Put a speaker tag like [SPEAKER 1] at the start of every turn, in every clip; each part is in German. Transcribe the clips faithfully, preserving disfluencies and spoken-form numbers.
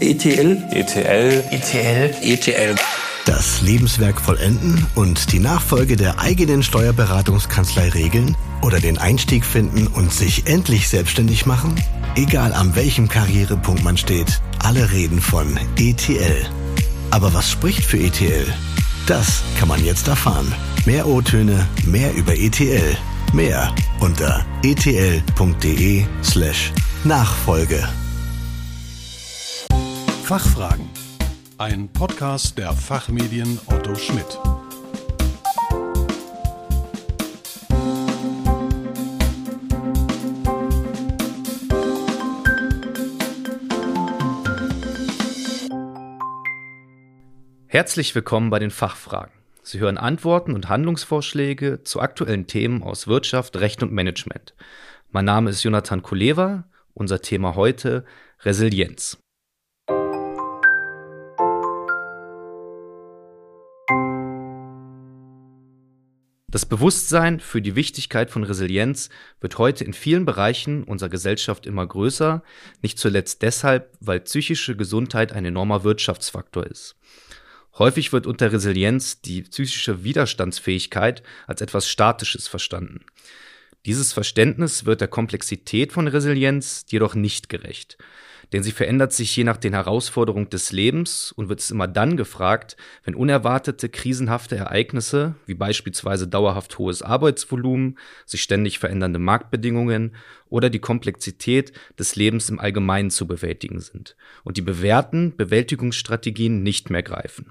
[SPEAKER 1] E T L,
[SPEAKER 2] E T L,
[SPEAKER 1] E T L, E T L.
[SPEAKER 3] Das Lebenswerk vollenden und die Nachfolge der eigenen Steuerberatungskanzlei regeln oder den Einstieg finden und sich endlich selbstständig machen? Egal an welchem Karrierepunkt man steht, alle reden von E T L. Aber was spricht für E T L? Das kann man jetzt erfahren. Mehr O-Töne, mehr über E T L. Mehr unter etl.de slash Nachfolge.
[SPEAKER 4] Fachfragen. Ein Podcast der Fachmedien Otto Schmidt.
[SPEAKER 5] Herzlich willkommen bei den Fachfragen. Sie hören Antworten und Handlungsvorschläge zu aktuellen Themen aus Wirtschaft, Recht und Management. Mein Name ist Jonathan Kuleva. Unser Thema heute: Resilienz. Das Bewusstsein für die Wichtigkeit von Resilienz wird heute in vielen Bereichen unserer Gesellschaft immer größer, nicht zuletzt deshalb, weil psychische Gesundheit ein enormer Wirtschaftsfaktor ist. Häufig wird unter Resilienz die psychische Widerstandsfähigkeit als etwas Statisches verstanden. Dieses Verständnis wird der Komplexität von Resilienz jedoch nicht gerecht. Denn sie verändert sich je nach den Herausforderungen des Lebens und wird es immer dann gefragt, wenn unerwartete, krisenhafte Ereignisse, wie beispielsweise dauerhaft hohes Arbeitsvolumen, sich ständig verändernde Marktbedingungen oder die Komplexität des Lebens im Allgemeinen zu bewältigen sind und die bewährten Bewältigungsstrategien nicht mehr greifen.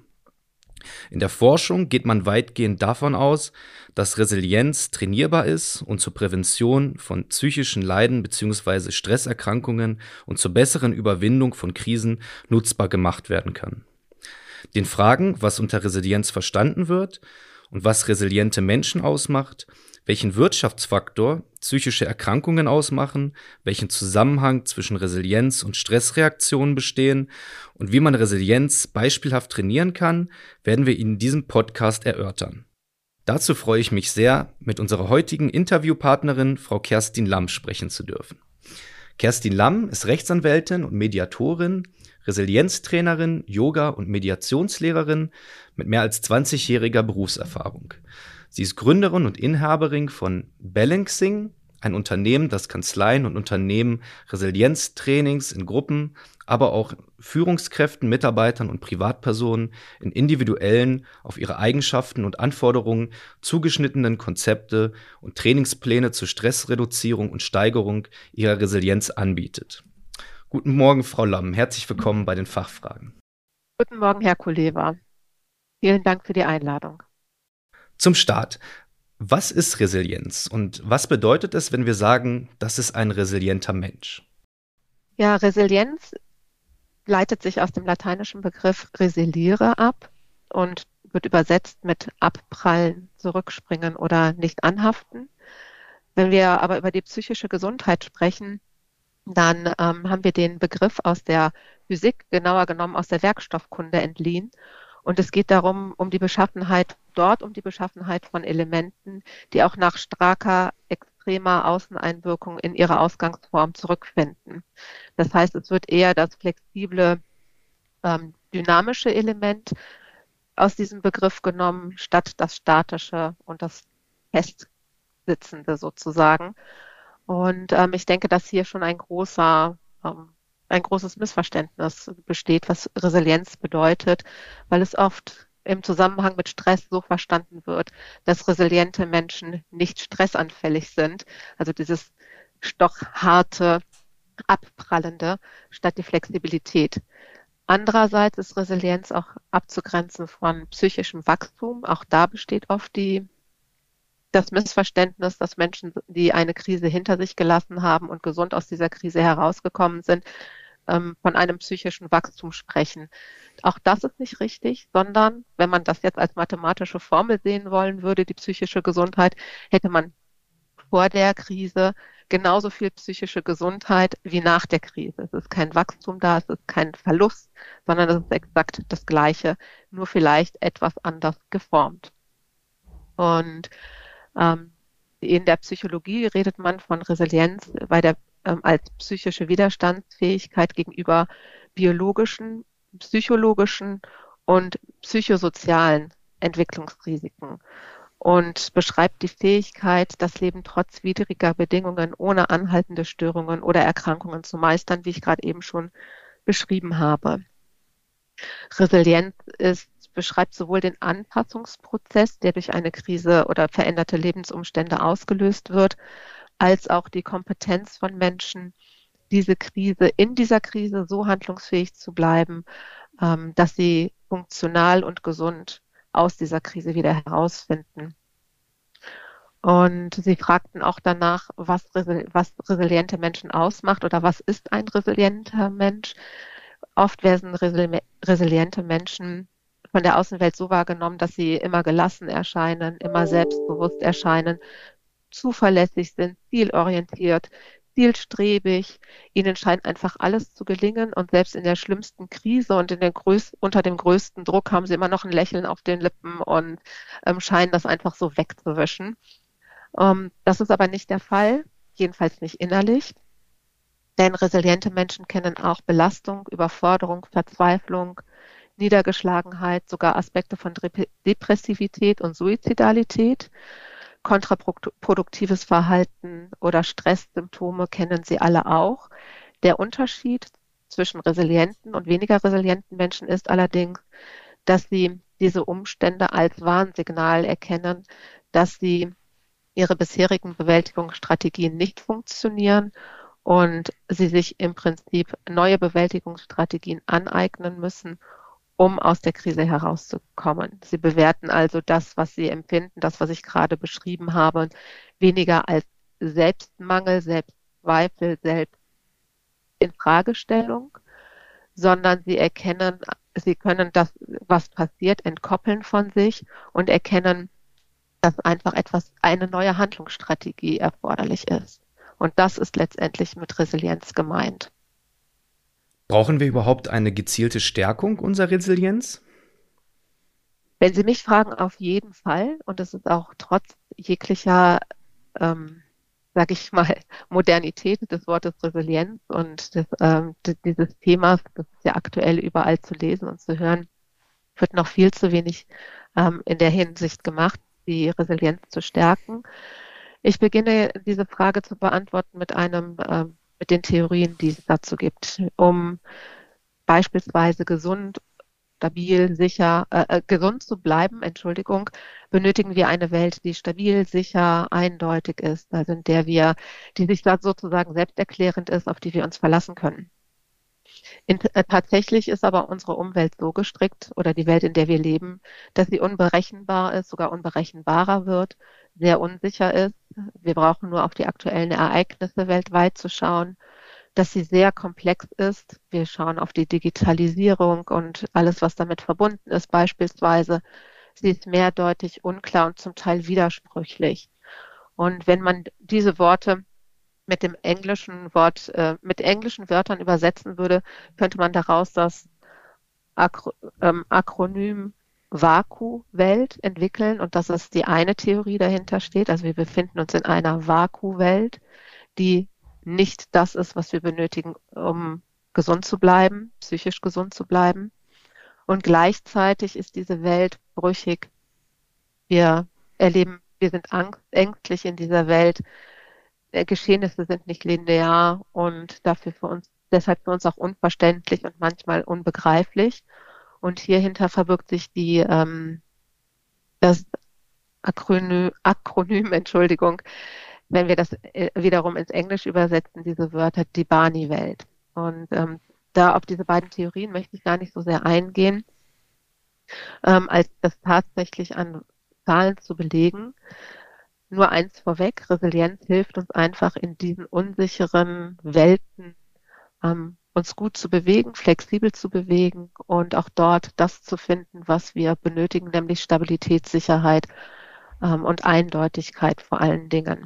[SPEAKER 5] In der Forschung geht man weitgehend davon aus, dass Resilienz trainierbar ist und zur Prävention von psychischen Leiden bzw. Stresserkrankungen und zur besseren Überwindung von Krisen nutzbar gemacht werden kann. Den Fragen, was unter Resilienz verstanden wird und was resiliente Menschen ausmacht, welchen Wirtschaftsfaktor psychische Erkrankungen ausmachen, welchen Zusammenhang zwischen Resilienz und Stressreaktionen bestehen und wie man Resilienz beispielhaft trainieren kann, werden wir Ihnen in diesem Podcast erörtern. Dazu freue ich mich sehr, mit unserer heutigen Interviewpartnerin Frau Kerstin Lamm sprechen zu dürfen. Kerstin Lamm ist Rechtsanwältin und Mediatorin, Resilienztrainerin, Yoga- und Mediationslehrerin mit mehr als zwanzigjähriger Berufserfahrung. Sie ist Gründerin und Inhaberin von Balancing, ein Unternehmen, das Kanzleien und Unternehmen Resilienztrainings in Gruppen, aber auch Führungskräften, Mitarbeitern und Privatpersonen in individuellen, auf ihre Eigenschaften und Anforderungen zugeschnittenen Konzepte und Trainingspläne zur Stressreduzierung und Steigerung ihrer Resilienz anbietet. Guten Morgen, Frau Lamm. Herzlich willkommen bei den Fachfragen.
[SPEAKER 6] Guten Morgen, Herr Kuleva. Vielen Dank für die Einladung.
[SPEAKER 5] Zum Start. Was ist Resilienz und was bedeutet es, wenn wir sagen, das ist ein resilienter Mensch?
[SPEAKER 6] Ja, Resilienz leitet sich aus dem lateinischen Begriff resiliere ab und wird übersetzt mit abprallen, zurückspringen oder nicht anhaften. Wenn wir aber über die psychische Gesundheit sprechen, dann ähm, haben wir den Begriff aus der Physik, genauer genommen aus der Werkstoffkunde, entliehen. Und es geht darum, um die Beschaffenheit, dort um die Beschaffenheit von Elementen, die auch nach starker, extremer Außeneinwirkung in ihre Ausgangsform zurückfinden. Das heißt, es wird eher das flexible, ähm, dynamische Element aus diesem Begriff genommen, statt das statische und das festsitzende sozusagen. Und ähm, ich denke, dass hier schon ein großer ähm, ein großes Missverständnis besteht, was Resilienz bedeutet, weil es oft im Zusammenhang mit Stress so verstanden wird, dass resiliente Menschen nicht stressanfällig sind, also dieses stochharte, abprallende statt die Flexibilität. Andererseits ist Resilienz auch abzugrenzen von psychischem Wachstum. Auch da besteht oft die das Missverständnis, dass Menschen, die eine Krise hinter sich gelassen haben und gesund aus dieser Krise herausgekommen sind, von einem psychischen Wachstum sprechen. Auch das ist nicht richtig, sondern wenn man das jetzt als mathematische Formel sehen wollen würde, die psychische Gesundheit, hätte man vor der Krise genauso viel psychische Gesundheit wie nach der Krise. Es ist kein Wachstum da, es ist kein Verlust, sondern es ist exakt das Gleiche, nur vielleicht etwas anders geformt. Und ähm, in der Psychologie redet man von Resilienz bei der, ähm, als psychische Widerstandsfähigkeit gegenüber biologischen, psychologischen und psychosozialen Entwicklungsrisiken und beschreibt die Fähigkeit, das Leben trotz widriger Bedingungen ohne anhaltende Störungen oder Erkrankungen zu meistern, wie ich gerade eben schon beschrieben habe. Resilienz ist, beschreibt sowohl den Anpassungsprozess, der durch eine Krise oder veränderte Lebensumstände ausgelöst wird, als auch die Kompetenz von Menschen, diese Krise, in dieser Krise so handlungsfähig zu bleiben, ähm, dass sie funktional und gesund aus dieser Krise wieder herausfinden. Und sie fragten auch danach, was, was resiliente Menschen ausmacht oder was ist ein resilienter Mensch. Oft werden resiliente Menschen von der Außenwelt so wahrgenommen, dass sie immer gelassen erscheinen, immer selbstbewusst erscheinen, zuverlässig sind, zielorientiert, zielstrebig. Ihnen scheint einfach alles zu gelingen und selbst in der schlimmsten Krise und in den größ- unter dem größten Druck haben sie immer noch ein Lächeln auf den Lippen und ähm, scheinen das einfach so wegzuwischen. Ähm, das ist aber nicht der Fall, jedenfalls nicht innerlich. Denn resiliente Menschen kennen auch Belastung, Überforderung, Verzweiflung, Niedergeschlagenheit, sogar Aspekte von Depressivität und Suizidalität. Kontraproduktives Verhalten oder Stresssymptome kennen sie alle auch. Der Unterschied zwischen resilienten und weniger resilienten Menschen ist allerdings, dass sie diese Umstände als Warnsignal erkennen, dass sie ihre bisherigen Bewältigungsstrategien nicht funktionieren und sie sich im Prinzip neue Bewältigungsstrategien aneignen müssen, um aus der Krise herauszukommen. Sie bewerten also das, was sie empfinden, das, was ich gerade beschrieben habe, weniger als Selbstmangel, Selbstzweifel, Selbstinfragestellung, sondern sie erkennen, sie können das, was passiert, entkoppeln von sich und erkennen, dass einfach etwas, eine neue Handlungsstrategie erforderlich ist. Und das ist letztendlich mit Resilienz gemeint.
[SPEAKER 5] Brauchen wir überhaupt eine gezielte Stärkung unserer Resilienz?
[SPEAKER 6] Wenn Sie mich fragen, auf jeden Fall. Und es ist auch trotz jeglicher, ähm, sage ich mal, Modernität des Wortes Resilienz und des, ähm, dieses Themas, das ist ja aktuell überall zu lesen und zu hören, wird noch viel zu wenig ähm, in der Hinsicht gemacht, die Resilienz zu stärken. Ich beginne diese Frage zu beantworten mit einem ähm, mit den Theorien, die es dazu gibt. Um beispielsweise gesund, stabil, sicher, äh, gesund zu bleiben, Entschuldigung, benötigen wir eine Welt, die stabil, sicher, eindeutig ist, also in der wir, die sich sozusagen selbsterklärend ist, auf die wir uns verlassen können. In, äh, tatsächlich ist aber unsere Umwelt so gestrickt oder die Welt, in der wir leben, dass sie unberechenbar ist, sogar unberechenbarer wird, sehr unsicher ist. Wir brauchen nur auf die aktuellen Ereignisse weltweit zu schauen, dass sie sehr komplex ist. Wir schauen auf die Digitalisierung und alles, was damit verbunden ist beispielsweise. Sie ist mehrdeutig, unklar und zum Teil widersprüchlich. Und wenn man diese Worte mit dem englischen Wort, äh, mit englischen Wörtern übersetzen würde, könnte man daraus das Akro- ähm, Akronym Vakuum-Welt entwickeln. Und das ist die eine Theorie dahinter steht. Also wir befinden uns in einer Vakuum-Welt, die nicht das ist, was wir benötigen, um gesund zu bleiben, psychisch gesund zu bleiben. Und gleichzeitig ist diese Welt brüchig. Wir erleben, wir sind angst, ängstlich in dieser Welt. Geschehnisse sind nicht linear und dafür für uns, deshalb für uns auch unverständlich und manchmal unbegreiflich. Und hierhinter verbirgt sich die, ähm, das Akronym, Akronym, Entschuldigung, wenn wir das äh, wiederum ins Englische übersetzen, diese Wörter, die Barney-Welt. Und ähm, da auf diese beiden Theorien möchte ich gar nicht so sehr eingehen, ähm, als das tatsächlich an Zahlen zu belegen. Nur eins vorweg, Resilienz hilft uns einfach in diesen unsicheren Welten, ähm, uns gut zu bewegen, flexibel zu bewegen und auch dort das zu finden, was wir benötigen, nämlich Stabilität, Sicherheit ähm, und Eindeutigkeit vor allen Dingen.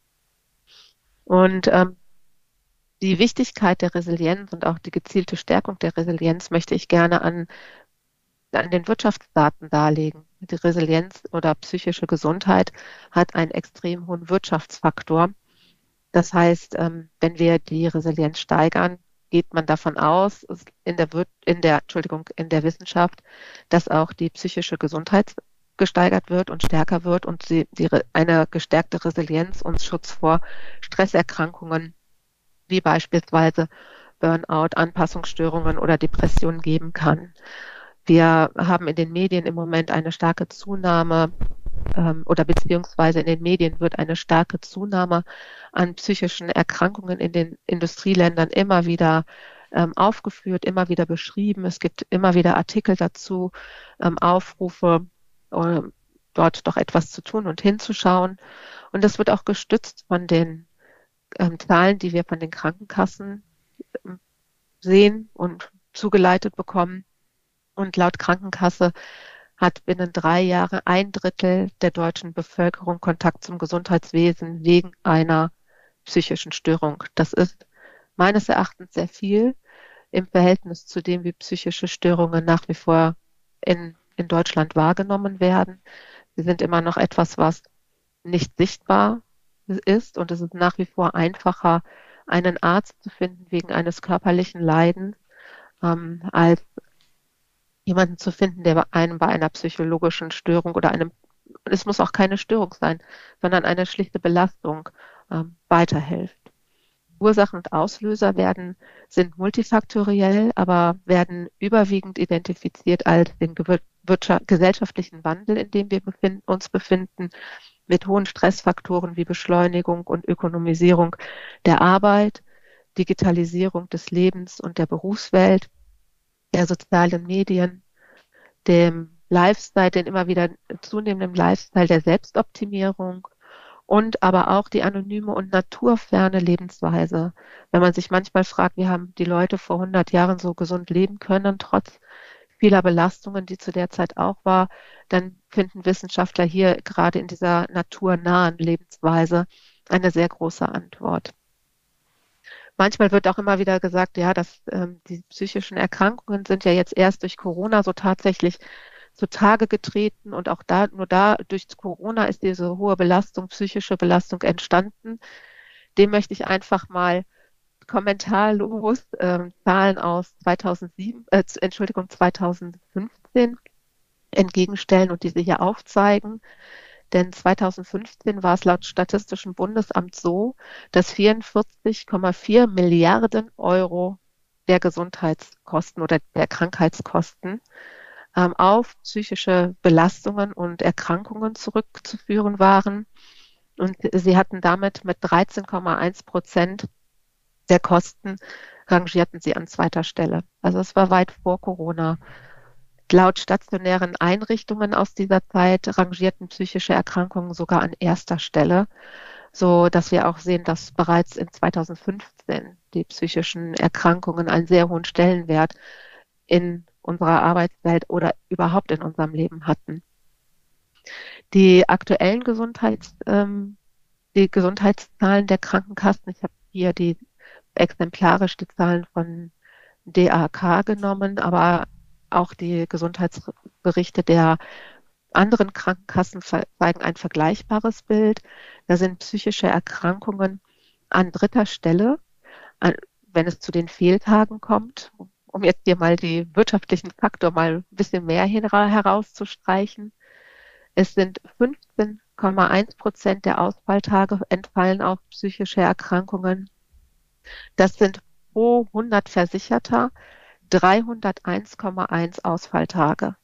[SPEAKER 6] Und ähm, die Wichtigkeit der Resilienz und auch die gezielte Stärkung der Resilienz möchte ich gerne an, an den Wirtschaftsdaten darlegen. Die Resilienz oder psychische Gesundheit hat einen extrem hohen Wirtschaftsfaktor. Das heißt, ähm, wenn wir die Resilienz steigern, geht man davon aus, in der, in der, Entschuldigung, in der Wissenschaft, dass auch die psychische Gesundheit gesteigert wird und stärker wird und sie die, eine gestärkte Resilienz und Schutz vor Stresserkrankungen wie beispielsweise Burnout, Anpassungsstörungen oder Depressionen geben kann. Wir haben in den Medien im Moment eine starke Zunahme ähm, oder beziehungsweise in den Medien wird eine starke Zunahme an psychischen Erkrankungen in den Industrieländern immer wieder ähm, aufgeführt, immer wieder beschrieben. Es gibt immer wieder Artikel dazu, ähm, Aufrufe, äh, dort doch etwas zu tun und hinzuschauen. Und das wird auch gestützt von den ähm, Zahlen, die wir von den Krankenkassen ähm, sehen und zugeleitet bekommen. Und laut Krankenkasse hat binnen drei Jahren ein Drittel der deutschen Bevölkerung Kontakt zum Gesundheitswesen wegen einer psychischen Störung. Das ist meines Erachtens sehr viel im Verhältnis zu dem, wie psychische Störungen nach wie vor in, in Deutschland wahrgenommen werden. Sie sind immer noch etwas, was nicht sichtbar ist, und es ist nach wie vor einfacher, einen Arzt zu finden wegen eines körperlichen Leidens, ähm, als jemanden zu finden, der einem bei einer psychologischen Störung oder einem, es muss auch keine Störung sein, sondern eine schlichte Belastung ähm, weiterhilft. Ursachen und Auslöser werden, sind multifaktoriell, aber werden überwiegend identifiziert als den gesellschaftlichen Wandel, in dem wir befinden, uns befinden, mit hohen Stressfaktoren wie Beschleunigung und Ökonomisierung der Arbeit, Digitalisierung des Lebens und der Berufswelt, der sozialen Medien, dem Lifestyle, den immer wieder zunehmenden Lifestyle der Selbstoptimierung und aber auch die anonyme und naturferne Lebensweise. Wenn man sich manchmal fragt, wie haben die Leute vor hundert Jahren so gesund leben können, trotz vieler Belastungen, die zu der Zeit auch war, dann finden Wissenschaftler hier gerade in dieser naturnahen Lebensweise eine sehr große Antwort. Manchmal wird auch immer wieder gesagt, ja, dass ähm, die psychischen Erkrankungen sind ja jetzt erst durch Corona so tatsächlich zutage getreten, und auch da, nur da durch Corona ist diese hohe Belastung, psychische Belastung entstanden. Dem möchte ich einfach mal kommentarlos ähm, Zahlen aus zweitausendsieben, äh, Entschuldigung, zweitausendfünfzehn entgegenstellen und diese hier aufzeigen. Denn zweitausendfünfzehn war es laut Statistischem Bundesamt so, dass vierundvierzig Komma vier Milliarden Euro der Gesundheitskosten oder der Krankheitskosten ähm, auf psychische Belastungen und Erkrankungen zurückzuführen waren. Und sie hatten damit mit dreizehn Komma eins Prozent der Kosten, rangierten sie an zweiter Stelle. Also es war weit vor Corona. Laut stationären Einrichtungen aus dieser Zeit rangierten psychische Erkrankungen sogar an erster Stelle, so dass wir auch sehen, dass bereits in zweitausendfünfzehn die psychischen Erkrankungen einen sehr hohen Stellenwert in unserer Arbeitswelt oder überhaupt in unserem Leben hatten. Die aktuellen Gesundheits, ähm, die Gesundheitszahlen der Krankenkassen, ich habe hier die exemplarisch die Zahlen von D A K genommen, aber auch die Gesundheitsberichte der anderen Krankenkassen zeigen ein vergleichbares Bild. Da sind psychische Erkrankungen an dritter Stelle, wenn es zu den Fehltagen kommt, um jetzt hier mal die wirtschaftlichen Faktor mal ein bisschen mehr herauszustreichen. Es sind fünfzehn Komma eins Prozent der Ausfalltage entfallen auf psychische Erkrankungen. Das sind pro hundert Versicherter dreihunderteins Komma eins Ausfalltage.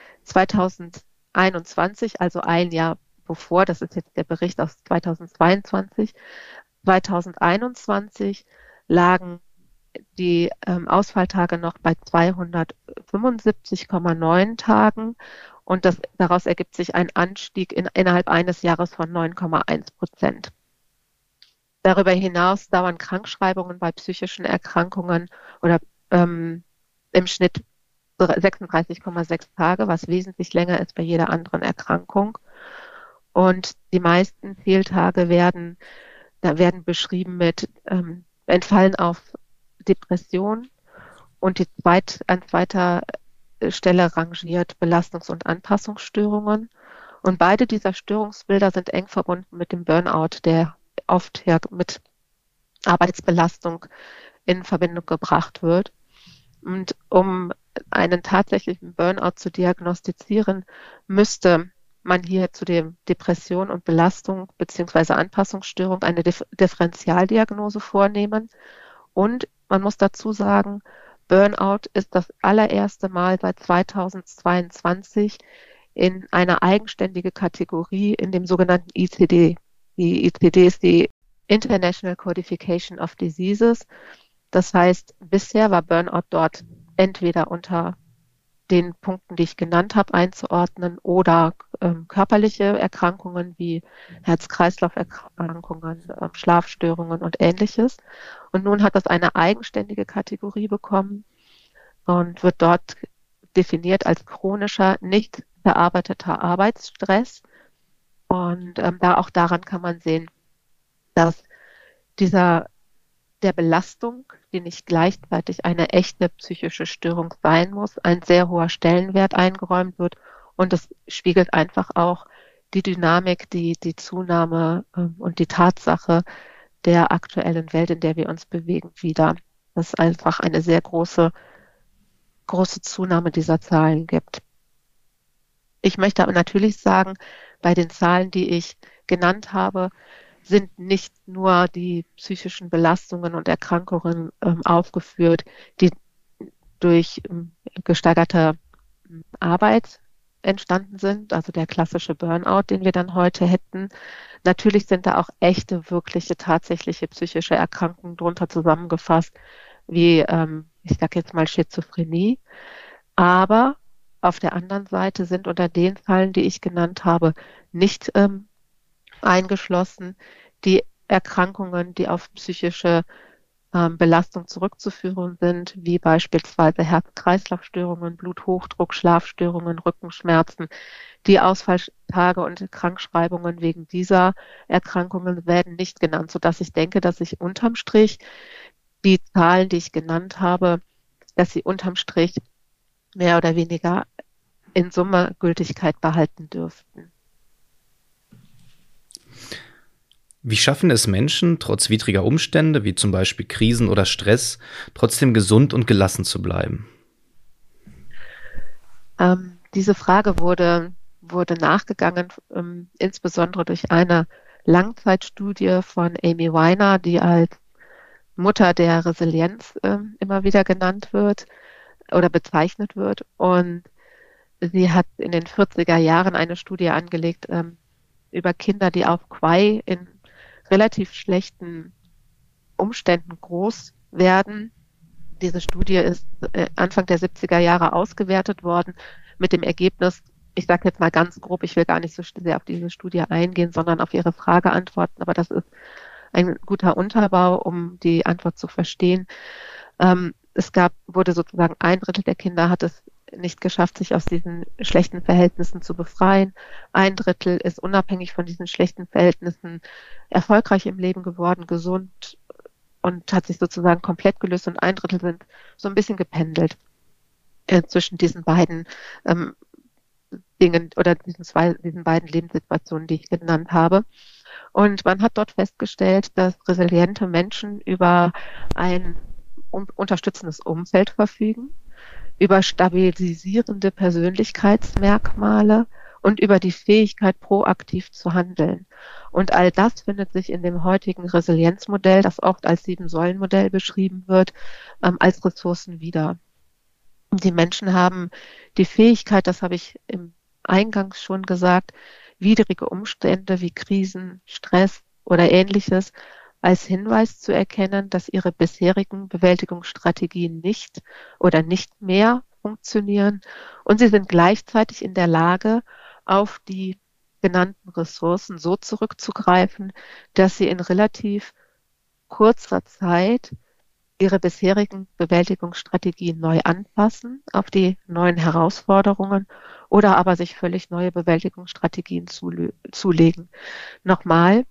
[SPEAKER 6] zweitausendeinundzwanzig, also ein Jahr bevor, das ist jetzt der Bericht aus zweitausendzweiundzwanzig, zweitausendeinundzwanzig lagen die ähm, Ausfalltage noch bei zweihundertfünfundsiebzig Komma neun Tagen, und das, daraus ergibt sich ein Anstieg in, innerhalb eines Jahres von neun Komma eins Prozent. Darüber hinaus dauern Krankschreibungen bei psychischen Erkrankungen oder ähm, im Schnitt sechsunddreißig Komma sechs Tage, was wesentlich länger ist bei jeder anderen Erkrankung. Und die meisten Fehltage werden, da werden beschrieben mit ähm, entfallen auf Depression, und die zweit, an zweiter Stelle rangiert Belastungs- und Anpassungsstörungen. Und beide dieser Störungsbilder sind eng verbunden mit dem Burnout, der oft ja mit Arbeitsbelastung in Verbindung gebracht wird. Und um einen tatsächlichen Burnout zu diagnostizieren, müsste man hier zu der Depression und Belastung bzw. Anpassungsstörung eine Dif- Differentialdiagnose vornehmen. Und man muss dazu sagen, Burnout ist das allererste Mal seit zweitausendzweiundzwanzig in eine eigenständige Kategorie in dem sogenannten I C D. Die I C D ist die International Codification of Diseases. Das heißt, bisher war Burnout dort entweder unter den Punkten, die ich genannt habe, einzuordnen oder ähm, körperliche Erkrankungen wie Herz-Kreislauf-Erkrankungen, äh, Schlafstörungen und Ähnliches. Und nun hat das eine eigenständige Kategorie bekommen und wird dort definiert als chronischer, nicht verarbeiteter Arbeitsstress. Und ähm, da auch daran kann man sehen, dass dieser der Belastung, die nicht gleichzeitig eine echte psychische Störung sein muss, ein sehr hoher Stellenwert eingeräumt wird. Und es spiegelt einfach auch die Dynamik, die, die Zunahme ähm, und die Tatsache der aktuellen Welt, in der wir uns bewegen, wider. Dass es einfach eine sehr große, große Zunahme dieser Zahlen gibt. Ich möchte aber natürlich sagen, bei den Zahlen, die ich genannt habe, sind nicht nur die psychischen Belastungen und Erkrankungen ähm, aufgeführt, die durch ähm, gesteigerte ähm, Arbeit entstanden sind, also der klassische Burnout, den wir dann heute hätten. Natürlich sind da auch echte, wirkliche, tatsächliche psychische Erkrankungen drunter zusammengefasst, wie, ähm, ich sage jetzt mal Schizophrenie. Aber auf der anderen Seite sind unter den Zahlen, die ich genannt habe, nicht ähm, eingeschlossen die Erkrankungen, die auf psychische ähm, Belastung zurückzuführen sind, wie beispielsweise Herz-Kreislauf-Störungen, Bluthochdruck, Schlafstörungen, Rückenschmerzen. Die Ausfalltage und Krankschreibungen wegen dieser Erkrankungen werden nicht genannt, sodass ich denke, dass ich unterm Strich die Zahlen, die ich genannt habe, dass sie unterm Strich mehr oder weniger in Summe Gültigkeit behalten dürften.
[SPEAKER 5] Wie schaffen es Menschen, trotz widriger Umstände, wie zum Beispiel Krisen oder Stress, trotzdem gesund und gelassen zu bleiben?
[SPEAKER 6] Ähm, diese Frage wurde, wurde nachgegangen, ähm, insbesondere durch eine Langzeitstudie von Amy Weiner, die als Mutter der Resilienz äh, immer wieder genannt wird oder bezeichnet wird. Und sie hat in den vierziger Jahren eine Studie angelegt ähm, über Kinder, die auf Kauai in relativ schlechten Umständen groß werden. Diese Studie ist äh, Anfang der siebziger Jahre ausgewertet worden mit dem Ergebnis, ich sage jetzt mal ganz grob, ich will gar nicht so sehr auf diese Studie eingehen, sondern auf Ihre Frage antworten, aber das ist ein guter Unterbau, um die Antwort zu verstehen. Ähm, es gab, wurde sozusagen ein Drittel der Kinder hat es nicht geschafft, sich aus diesen schlechten Verhältnissen zu befreien. Ein Drittel ist unabhängig von diesen schlechten Verhältnissen erfolgreich im Leben geworden, gesund und hat sich sozusagen komplett gelöst, und ein Drittel sind so ein bisschen gependelt äh, zwischen diesen beiden ähm, Dingen oder diesen, zwei, diesen beiden Lebenssituationen, die ich genannt habe. Und man hat dort festgestellt, dass resiliente Menschen über ein um, unterstützendes Umfeld verfügen, über stabilisierende Persönlichkeitsmerkmale und über die Fähigkeit, proaktiv zu handeln. Und all das findet sich in dem heutigen Resilienzmodell, das oft als Sieben-Säulen-Modell beschrieben wird, ähm, als Ressourcen wieder. Die Menschen haben die Fähigkeit, das habe ich im Eingangs schon gesagt, widrige Umstände wie Krisen, Stress oder Ähnliches als Hinweis zu erkennen, dass ihre bisherigen Bewältigungsstrategien nicht oder nicht mehr funktionieren. Und sie sind gleichzeitig in der Lage, auf die genannten Ressourcen so zurückzugreifen, dass sie in relativ kurzer Zeit ihre bisherigen Bewältigungsstrategien neu anpassen auf die neuen Herausforderungen oder aber sich völlig neue Bewältigungsstrategien zulö- zulegen. Nochmal,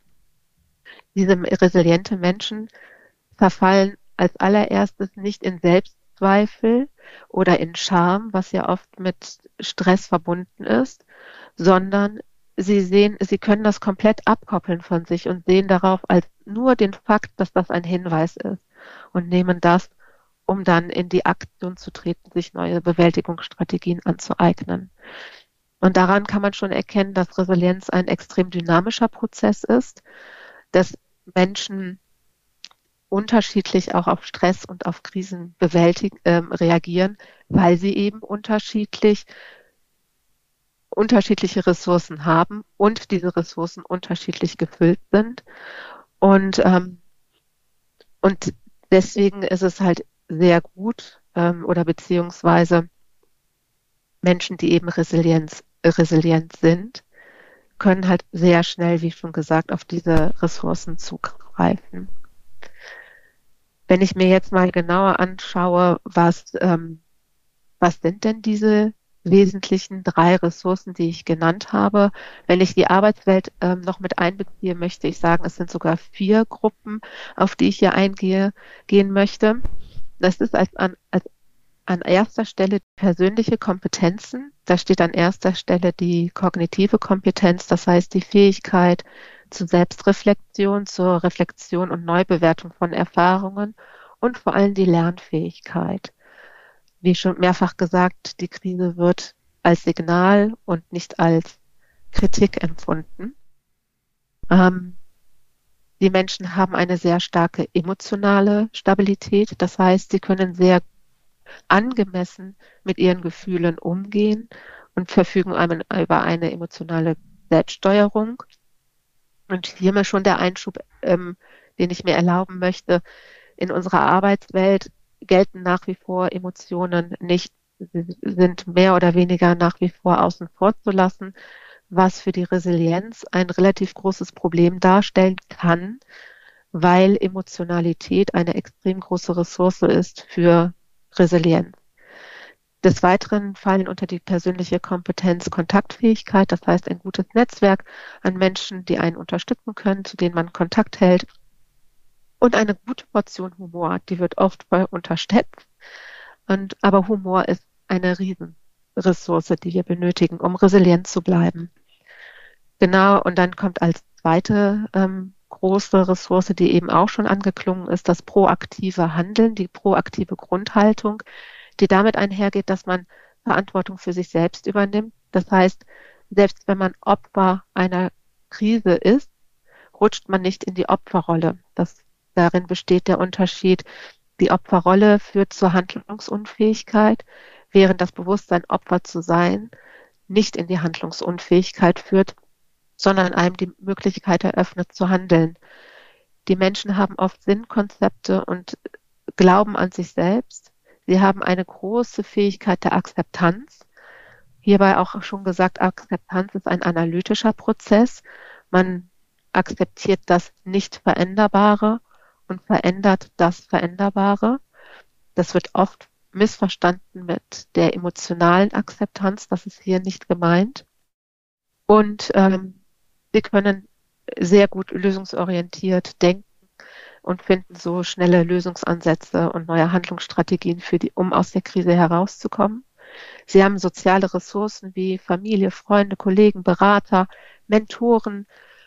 [SPEAKER 6] diese resiliente Menschen verfallen als allererstes nicht in Selbstzweifel oder in Scham, was ja oft mit Stress verbunden ist, sondern sie sehen, sie können das komplett abkoppeln von sich und sehen darauf als nur den Fakt, dass das ein Hinweis ist. und nehmen das, um dann in die Aktion zu treten, sich neue Bewältigungsstrategien anzueignen. Und daran kann man schon erkennen, dass Resilienz ein extrem dynamischer Prozess ist, dass Menschen unterschiedlich auch auf Stress und auf Krisen bewältigen, äh, reagieren, weil sie eben unterschiedlich unterschiedliche Ressourcen haben und diese Ressourcen unterschiedlich gefüllt sind. Und, ähm, und deswegen ist es halt sehr gut ähm, oder beziehungsweise Menschen, die eben Resilienz, resilient sind, können halt sehr schnell, wie schon gesagt, auf diese Ressourcen zugreifen. Wenn ich mir jetzt mal genauer anschaue, was, ähm, was sind denn diese wesentlichen drei Ressourcen, die ich genannt habe. Wenn ich die Arbeitswelt ähm, noch mit einbeziehe, möchte ich sagen, es sind sogar vier Gruppen, auf die ich hier eingehe, gehen möchte. Das ist als, an, als an erster Stelle persönliche Kompetenzen. Da steht an erster Stelle die kognitive Kompetenz, das heißt die Fähigkeit zur Selbstreflexion, zur Reflexion und Neubewertung von Erfahrungen und vor allem die Lernfähigkeit. Wie schon mehrfach gesagt, die Krise wird als Signal und nicht als Kritik empfunden. Ähm, die Menschen haben eine sehr starke emotionale Stabilität. Das heißt, sie können sehr angemessen mit ihren Gefühlen umgehen und verfügen über eine emotionale Selbststeuerung. Und hier mir schon der Einschub, ähm, den ich mir erlauben möchte. In unserer Arbeitswelt gelten nach wie vor Emotionen nicht, sie sind mehr oder weniger nach wie vor außen vor zu lassen, was für die Resilienz ein relativ großes Problem darstellen kann, weil Emotionalität eine extrem große Ressource ist für Resilienz. Des Weiteren fallen unter die persönliche Kompetenz Kontaktfähigkeit, das heißt ein gutes Netzwerk an Menschen, die einen unterstützen können, zu denen man Kontakt hält. Und eine gute Portion Humor, die wird oft unterschätzt. Und, aber Humor ist eine Riesenressource, die wir benötigen, um resilient zu bleiben. Genau, und dann kommt als zweite ähm, große Ressource, die eben auch schon angeklungen ist, das proaktive Handeln, die proaktive Grundhaltung, die damit einhergeht, dass man Verantwortung für sich selbst übernimmt. Das heißt, selbst wenn man Opfer einer Krise ist, rutscht man nicht in die Opferrolle. Das Darin besteht der Unterschied. Die Opferrolle führt zur Handlungsunfähigkeit, während das Bewusstsein, Opfer zu sein, nicht in die Handlungsunfähigkeit führt, sondern einem die Möglichkeit eröffnet zu handeln. Die Menschen haben oft Sinnkonzepte und glauben an sich selbst. Sie haben eine große Fähigkeit der Akzeptanz. Hierbei auch schon gesagt, Akzeptanz ist ein analytischer Prozess. Man akzeptiert das Nicht-Veränderbare und verändert das Veränderbare. Das wird oft missverstanden mit der emotionalen Akzeptanz. Das ist hier nicht gemeint. Und ähm, wir können sehr gut lösungsorientiert denken und finden so schnelle Lösungsansätze und neue Handlungsstrategien, für die, um aus der Krise herauszukommen. Sie haben soziale Ressourcen wie Familie, Freunde, Kollegen, Berater, Mentoren,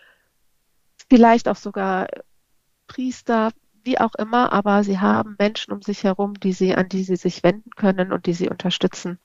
[SPEAKER 6] vielleicht auch sogar Priester, wie auch immer, aber sie haben Menschen um sich herum, die sie, an die sie sich wenden können und die sie unterstützen.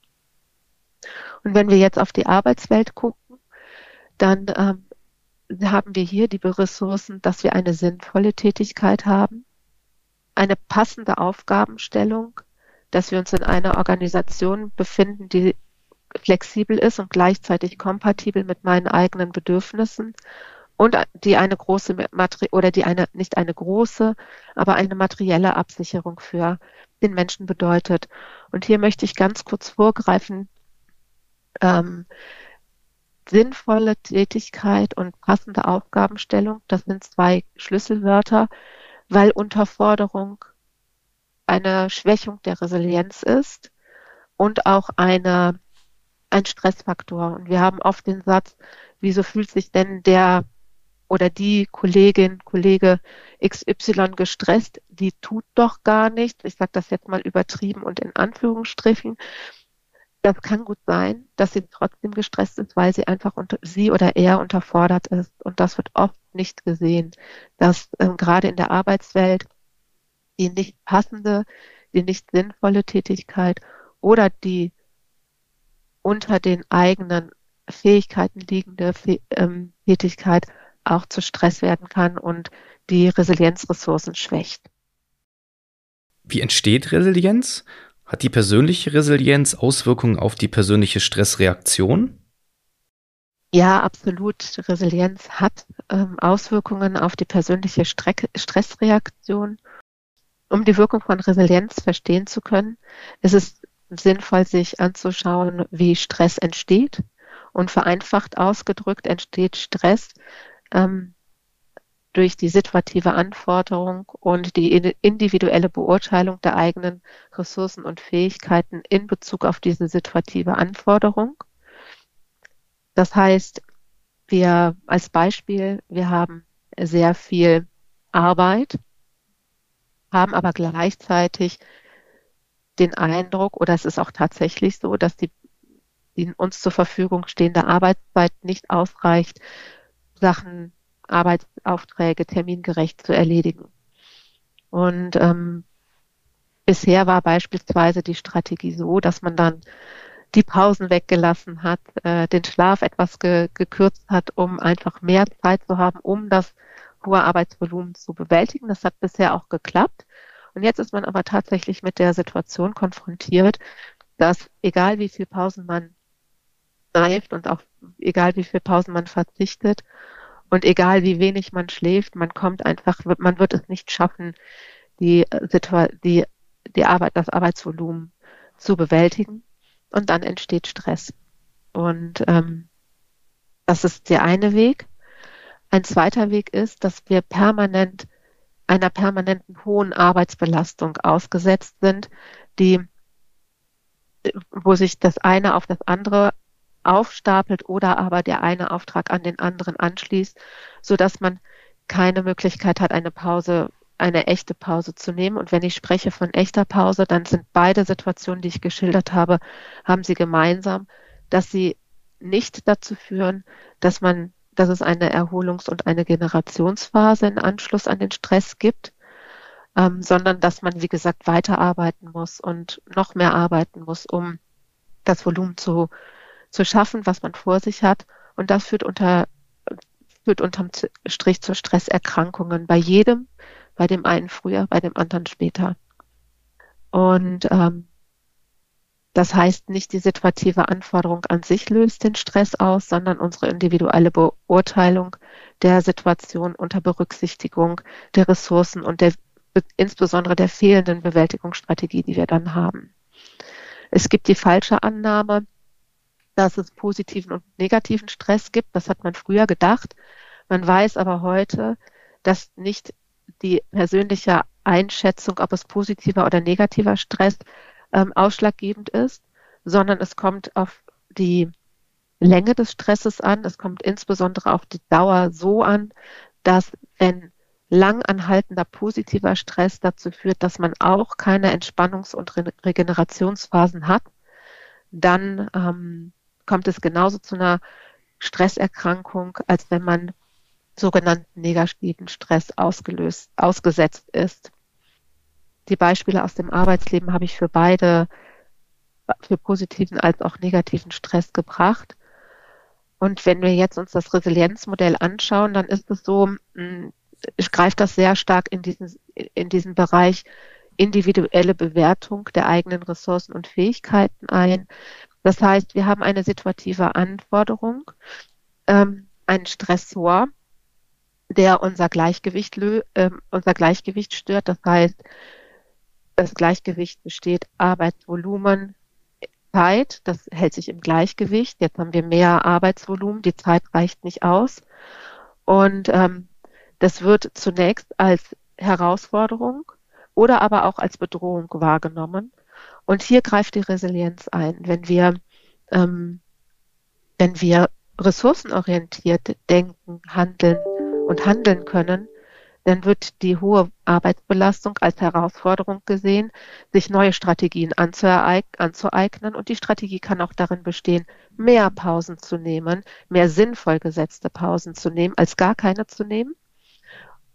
[SPEAKER 6] Und wenn wir jetzt auf die Arbeitswelt gucken, dann ähm, haben wir hier die Ressourcen, dass wir eine sinnvolle Tätigkeit haben, eine passende Aufgabenstellung, dass wir uns in einer Organisation befinden, die flexibel ist und gleichzeitig kompatibel mit meinen eigenen Bedürfnissen und die eine große Materi- oder die eine nicht eine große, aber eine materielle Absicherung für den Menschen bedeutet. Und hier möchte ich ganz kurz vorgreifen, ähm, sinnvolle Tätigkeit und passende Aufgabenstellung, das sind zwei Schlüsselwörter, weil Unterforderung eine Schwächung der Resilienz ist und auch eine, ein Stressfaktor. Und wir haben oft den Satz, wieso fühlt sich denn der oder die Kollegin, Kollege X Y gestresst, die tut doch gar nichts. Ich sage das jetzt mal übertrieben und in Anführungsstrichen. Das kann gut sein, dass sie trotzdem gestresst ist, weil sie einfach unter, sie oder er unterfordert ist. Und das wird oft nicht gesehen, dass ähm, gerade in der Arbeitswelt die nicht passende, die nicht sinnvolle Tätigkeit oder die unter den eigenen Fähigkeiten liegende ähm, Tätigkeit auch zu Stress werden kann und die Resilienzressourcen schwächt.
[SPEAKER 5] Wie entsteht Resilienz? Hat die persönliche Resilienz Auswirkungen auf die persönliche Stressreaktion?
[SPEAKER 6] Ja, absolut. Resilienz hat ähm, Auswirkungen auf die persönliche Streck- Stressreaktion. Um die Wirkung von Resilienz verstehen zu können, ist es sinnvoll, sich anzuschauen, wie Stress entsteht. Und vereinfacht ausgedrückt entsteht Stress ähm, durch die situative Anforderung und die individuelle Beurteilung der eigenen Ressourcen und Fähigkeiten in Bezug auf diese situative Anforderung. Das heißt, wir als Beispiel, wir haben sehr viel Arbeit, haben aber gleichzeitig den Eindruck, oder es ist auch tatsächlich so, dass die, die uns zur Verfügung stehende Arbeitszeit nicht ausreicht, Sachen, Arbeitsaufträge termingerecht zu erledigen. Und ähm, bisher war beispielsweise die Strategie so, dass man dann die Pausen weggelassen hat, äh, den Schlaf etwas ge- gekürzt hat, um einfach mehr Zeit zu haben, um das hohe Arbeitsvolumen zu bewältigen. Das hat bisher auch geklappt. Und jetzt ist man aber tatsächlich mit der Situation konfrontiert, dass egal wie viel Pausen man greift und auch egal wie viel Pausen man verzichtet und egal wie wenig man schläft, man kommt einfach, man wird es nicht schaffen, die Situa- die, die Arbeit, das Arbeitsvolumen zu bewältigen. Und dann entsteht Stress. Und ähm, das ist der eine Weg. Ein zweiter Weg ist, dass wir permanent einer permanenten hohen Arbeitsbelastung ausgesetzt sind, die, wo sich das eine auf das andere aufstapelt oder aber der eine Auftrag an den anderen anschließt, sodass man keine Möglichkeit hat, eine Pause, eine echte Pause zu nehmen. Und wenn ich spreche von echter Pause, dann sind beide Situationen, die ich geschildert habe, haben sie gemeinsam, dass sie nicht dazu führen, dass man, dass es eine Erholungs- und eine Generationsphase in Anschluss an den Stress gibt, ähm, sondern dass man, wie gesagt, weiterarbeiten muss und noch mehr arbeiten muss, um das Volumen zu, zu schaffen, was man vor sich hat. Und das führt unter, führt unterm Strich zu Stresserkrankungen bei jedem, bei dem einen früher, bei dem anderen später. Und ähm, das heißt, nicht die situative Anforderung an sich löst den Stress aus, sondern unsere individuelle Beurteilung der Situation unter Berücksichtigung der Ressourcen und der, insbesondere der fehlenden Bewältigungsstrategie, die wir dann haben. Es gibt die falsche Annahme, dass es positiven und negativen Stress gibt. Das hat man früher gedacht. Man weiß aber heute, dass nicht die persönliche Einschätzung, ob es positiver oder negativer Stress ähm, ausschlaggebend ist, sondern es kommt auf die Länge des Stresses an. Es kommt insbesondere auf die Dauer so an, dass wenn lang anhaltender positiver Stress dazu führt, dass man auch keine Entspannungs- und Re- Regenerationsphasen hat, dann ähm, kommt es genauso zu einer Stresserkrankung, als wenn man sogenannten negativen Stress ausgelöst, ausgesetzt ist. Die Beispiele aus dem Arbeitsleben habe ich für beide, für positiven als auch negativen Stress gebracht. Und wenn wir jetzt uns das Resilienzmodell anschauen, dann ist es so, ich greife das sehr stark in diesen, in diesen Bereich individuelle Bewertung der eigenen Ressourcen und Fähigkeiten ein. Das heißt, wir haben eine situative Anforderung, ähm, einen Stressor, der unser Gleichgewicht, äh, unser Gleichgewicht stört. Das heißt, das Gleichgewicht besteht Arbeitsvolumen, Zeit, das hält sich im Gleichgewicht. Jetzt haben wir mehr Arbeitsvolumen, die Zeit reicht nicht aus. Und ähm, das wird zunächst als Herausforderung oder aber auch als Bedrohung wahrgenommen. Und hier greift die Resilienz ein. Wenn wir, ähm, wenn wir ressourcenorientiert denken, handeln und handeln können, dann wird die hohe Arbeitsbelastung als Herausforderung gesehen, sich neue Strategien anzueignen. Und die Strategie kann auch darin bestehen, mehr Pausen zu nehmen, mehr sinnvoll gesetzte Pausen zu nehmen, als gar keine zu nehmen.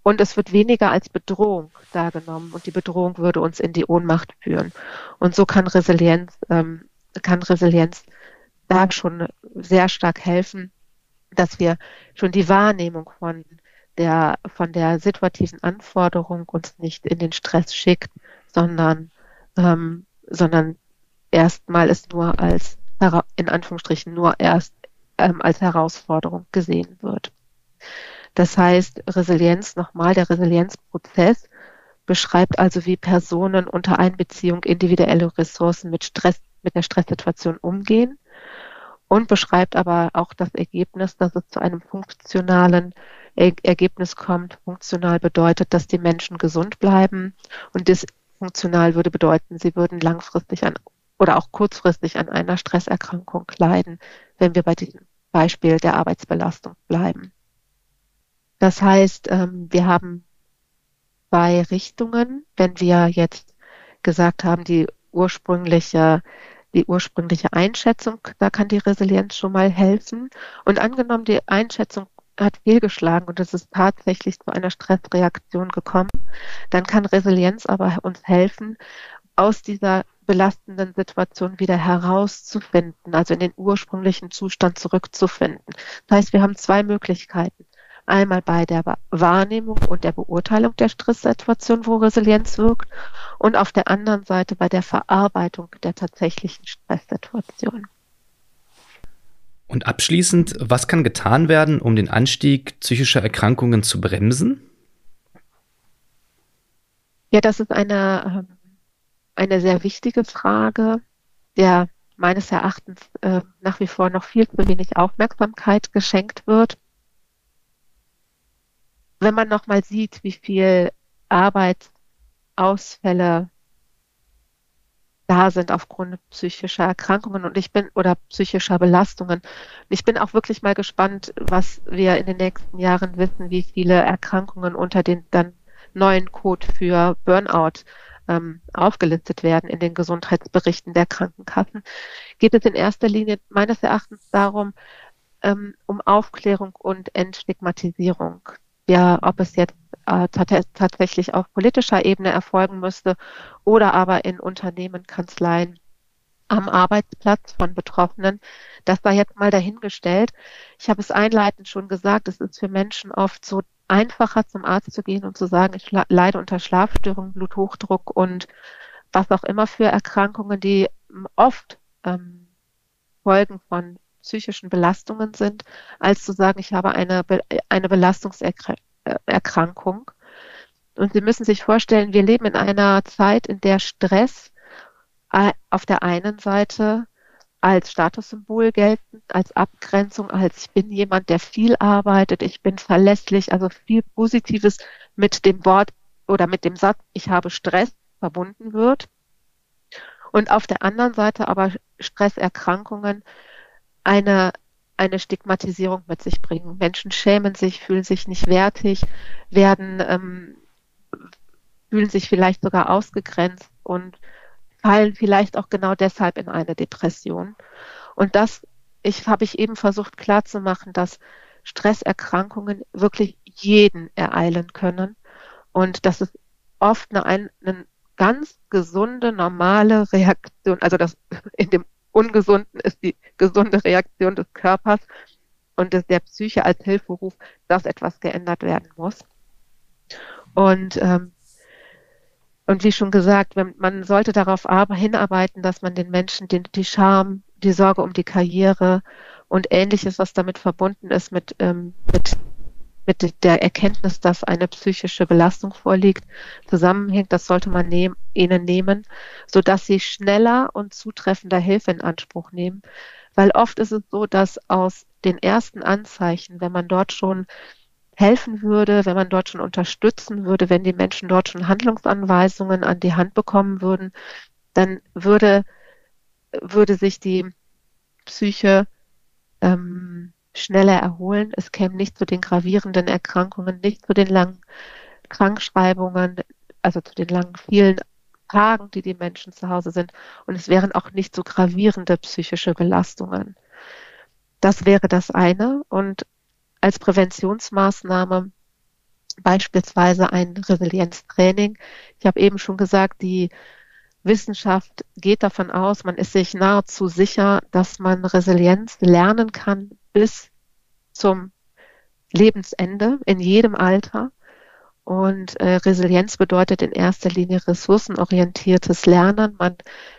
[SPEAKER 6] Und es wird weniger als Bedrohung dargenommen und die Bedrohung würde uns in die Ohnmacht führen. Und so kann Resilienz, ähm, kann Resilienz da schon sehr stark helfen, dass wir schon die Wahrnehmung von der, von der situativen Anforderung uns nicht in den Stress schickt, sondern, ähm, sondern erstmal es nur als, in Anführungsstrichen, nur erst ähm, als Herausforderung gesehen wird. Das heißt, Resilienz, nochmal, der Resilienzprozess beschreibt also, wie Personen unter Einbeziehung individuelle Ressourcen mit Stress, mit der Stresssituation umgehen und beschreibt aber auch das Ergebnis, dass es zu einem funktionalen er- Ergebnis kommt. Funktional bedeutet, dass die Menschen gesund bleiben und dysfunktional würde bedeuten, sie würden langfristig an oder auch kurzfristig an einer Stresserkrankung leiden, wenn wir bei diesem Beispiel der Arbeitsbelastung bleiben. Das heißt, wir haben zwei Richtungen, wenn wir jetzt gesagt haben, die ursprüngliche, die ursprüngliche Einschätzung, da kann die Resilienz schon mal helfen. Und angenommen, die Einschätzung hat fehlgeschlagen und es ist tatsächlich zu einer Stressreaktion gekommen, dann kann Resilienz aber uns helfen, aus dieser belastenden Situation wieder herauszufinden, also in den ursprünglichen Zustand zurückzufinden. Das heißt, wir haben zwei Möglichkeiten. Einmal bei der Wahrnehmung und der Beurteilung der Stresssituation, wo Resilienz wirkt, und auf der anderen Seite bei der Verarbeitung der tatsächlichen Stresssituation.
[SPEAKER 5] Und abschließend, was kann getan werden, um den Anstieg psychischer Erkrankungen zu bremsen?
[SPEAKER 6] Ja, das ist eine, eine sehr wichtige Frage, der meines Erachtens äh, nach wie vor noch viel zu wenig Aufmerksamkeit geschenkt wird. Wenn man nochmal sieht, wie viel Arbeitsausfälle da sind aufgrund psychischer Erkrankungen und ich bin oder psychischer Belastungen. Ich bin auch wirklich mal gespannt, was wir in den nächsten Jahren wissen, wie viele Erkrankungen unter den dann neuen Code für Burnout ähm, aufgelistet werden in den Gesundheitsberichten der Krankenkassen. Geht es in erster Linie meines Erachtens darum, ähm, um Aufklärung und Entstigmatisierung. Ja, ob es jetzt äh, tat- tatsächlich auf politischer Ebene erfolgen müsste oder aber in Unternehmen, Kanzleien, am Arbeitsplatz von Betroffenen. Das war jetzt mal dahingestellt. Ich habe es einleitend schon gesagt, es ist für Menschen oft so einfacher, zum Arzt zu gehen und zu sagen, ich schla- leide unter Schlafstörungen, Bluthochdruck und was auch immer für Erkrankungen, die ähm, oft ähm, Folgen von psychischen Belastungen sind, als zu sagen, ich habe eine, Be- eine Belastungserkrankung. Und Sie müssen sich vorstellen, wir leben in einer Zeit, in der Stress äh, auf der einen Seite als Statussymbol gelten, als Abgrenzung, als ich bin jemand, der viel arbeitet, ich bin verlässlich, also viel Positives mit dem Wort oder mit dem Satz, ich habe Stress verbunden wird. Und auf der anderen Seite aber Stresserkrankungen eine, eine Stigmatisierung mit sich bringen. Menschen schämen sich, fühlen sich nicht wertig, werden, ähm, fühlen sich vielleicht sogar ausgegrenzt und fallen vielleicht auch genau deshalb in eine Depression. Und das ich, habe ich eben versucht klarzumachen, dass Stresserkrankungen wirklich jeden ereilen können und dass es oft eine, eine ganz gesunde, normale Reaktion, also das in dem Ungesunden ist die gesunde Reaktion des Körpers und des, der Psyche als Hilferuf, dass etwas geändert werden muss. Und, ähm, und wie schon gesagt, wenn, man sollte darauf aber hinarbeiten, dass man den Menschen den, die Scham, die Sorge um die Karriere und Ähnliches, was damit verbunden ist, mit, ähm, mit, mit der Erkenntnis, dass eine psychische Belastung vorliegt, zusammenhängt, das sollte man nehm, ihnen nehmen, sodass sie schneller und zutreffender Hilfe in Anspruch nehmen. Weil oft ist es so, dass aus den ersten Anzeichen, wenn man dort schon helfen würde, wenn man dort schon unterstützen würde, wenn die Menschen dort schon Handlungsanweisungen an die Hand bekommen würden, dann würde, würde sich die Psyche ähm, schneller erholen. Es käme nicht zu den gravierenden Erkrankungen, nicht zu den langen Krankschreibungen, also zu den langen vielen Tagen, die die Menschen zu Hause sind. Und es wären auch nicht so gravierende psychische Belastungen. Das wäre das eine. Und als Präventionsmaßnahme beispielsweise ein Resilienztraining. Ich habe eben schon gesagt, die Wissenschaft geht davon aus, man ist sich nahezu sicher, dass man Resilienz lernen kann bis zum Lebensende, in jedem Alter. Und äh, Resilienz bedeutet in erster Linie ressourcenorientiertes Lernen. Man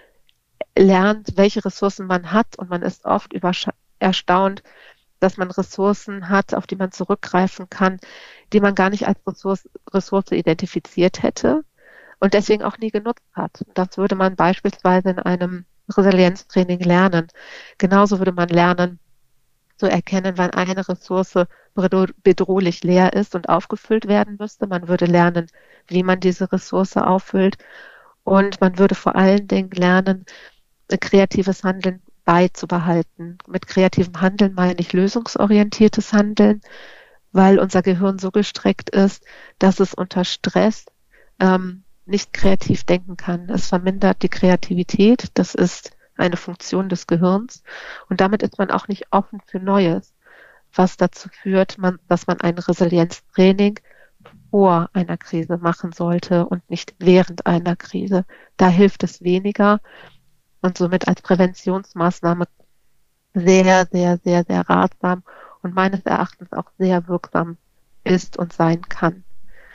[SPEAKER 6] lernt, welche Ressourcen man hat, und man ist oft erstaunt, dass man Ressourcen hat, auf die man zurückgreifen kann, die man gar nicht als Ressource, Ressource identifiziert hätte und deswegen auch nie genutzt hat. Das würde man beispielsweise in einem Resilienztraining lernen. Genauso würde man lernen, zu erkennen, wann eine Ressource bedrohlich leer ist und aufgefüllt werden müsste. Man würde lernen, wie man diese Ressource auffüllt. Und man würde vor allen Dingen lernen, kreatives Handeln beizubehalten. Mit kreativem Handeln meine ich lösungsorientiertes Handeln, weil unser Gehirn so gestrickt ist, dass es unter Stress ähm, nicht kreativ denken kann. Es vermindert die Kreativität. Das ist eine Funktion des Gehirns. Und damit ist man auch nicht offen für Neues, was dazu führt, man, dass man ein Resilienztraining vor einer Krise machen sollte und nicht während einer Krise. Da hilft es weniger und somit als Präventionsmaßnahme sehr, sehr, sehr, sehr ratsam und meines Erachtens auch sehr wirksam ist und sein kann.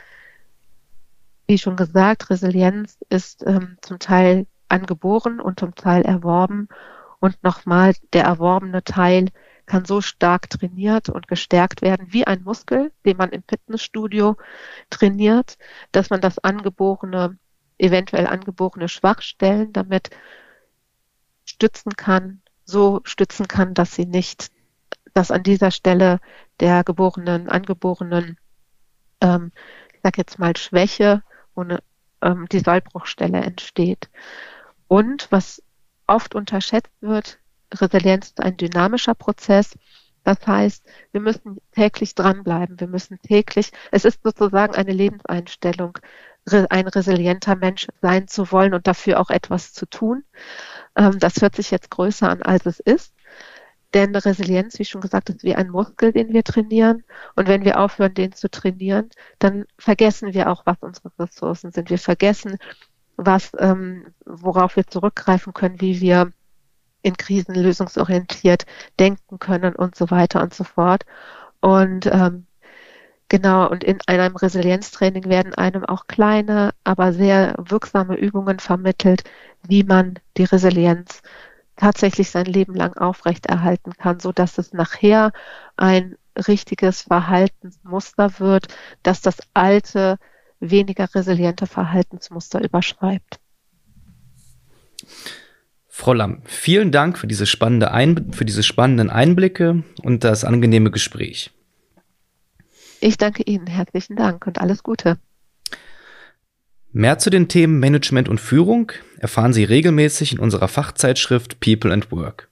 [SPEAKER 6] Wie schon gesagt, Resilienz ist ähm, zum Teil angeboren und zum Teil erworben. Und nochmal, der erworbene Teil kann so stark trainiert und gestärkt werden wie ein Muskel, den man im Fitnessstudio trainiert, dass man das angeborene, eventuell angeborene Schwachstellen damit stützen kann, so stützen kann, dass sie nicht, dass an dieser Stelle der geborenen, angeborenen, ähm, ich sag jetzt mal Schwäche, ohne ähm, die Sollbruchstelle entsteht. Und was oft unterschätzt wird, Resilienz ist ein dynamischer Prozess. Das heißt, wir müssen täglich dranbleiben. Wir müssen täglich, es ist sozusagen eine Lebenseinstellung, ein resilienter Mensch sein zu wollen und dafür auch etwas zu tun. Das hört sich jetzt größer an, als es ist. Denn Resilienz, wie schon gesagt, ist wie ein Muskel, den wir trainieren. Und wenn wir aufhören, den zu trainieren, dann vergessen wir auch, was unsere Ressourcen sind. Wir vergessen, was, ähm, worauf wir zurückgreifen können, wie wir in Krisen lösungsorientiert denken können und so weiter und so fort. Und ähm, genau, und in einem Resilienztraining werden einem auch kleine, aber sehr wirksame Übungen vermittelt, wie man die Resilienz tatsächlich sein Leben lang aufrechterhalten kann, so dass es nachher ein richtiges Verhaltensmuster wird, dass das alte, weniger resiliente Verhaltensmuster überschreibt.
[SPEAKER 5] Frau Lamm, vielen Dank für diese spannende Ein- für diese spannenden Einblicke und das angenehme Gespräch.
[SPEAKER 6] Ich danke Ihnen, herzlichen Dank und alles Gute.
[SPEAKER 5] Mehr zu den Themen Management und Führung erfahren Sie regelmäßig in unserer Fachzeitschrift People and Work.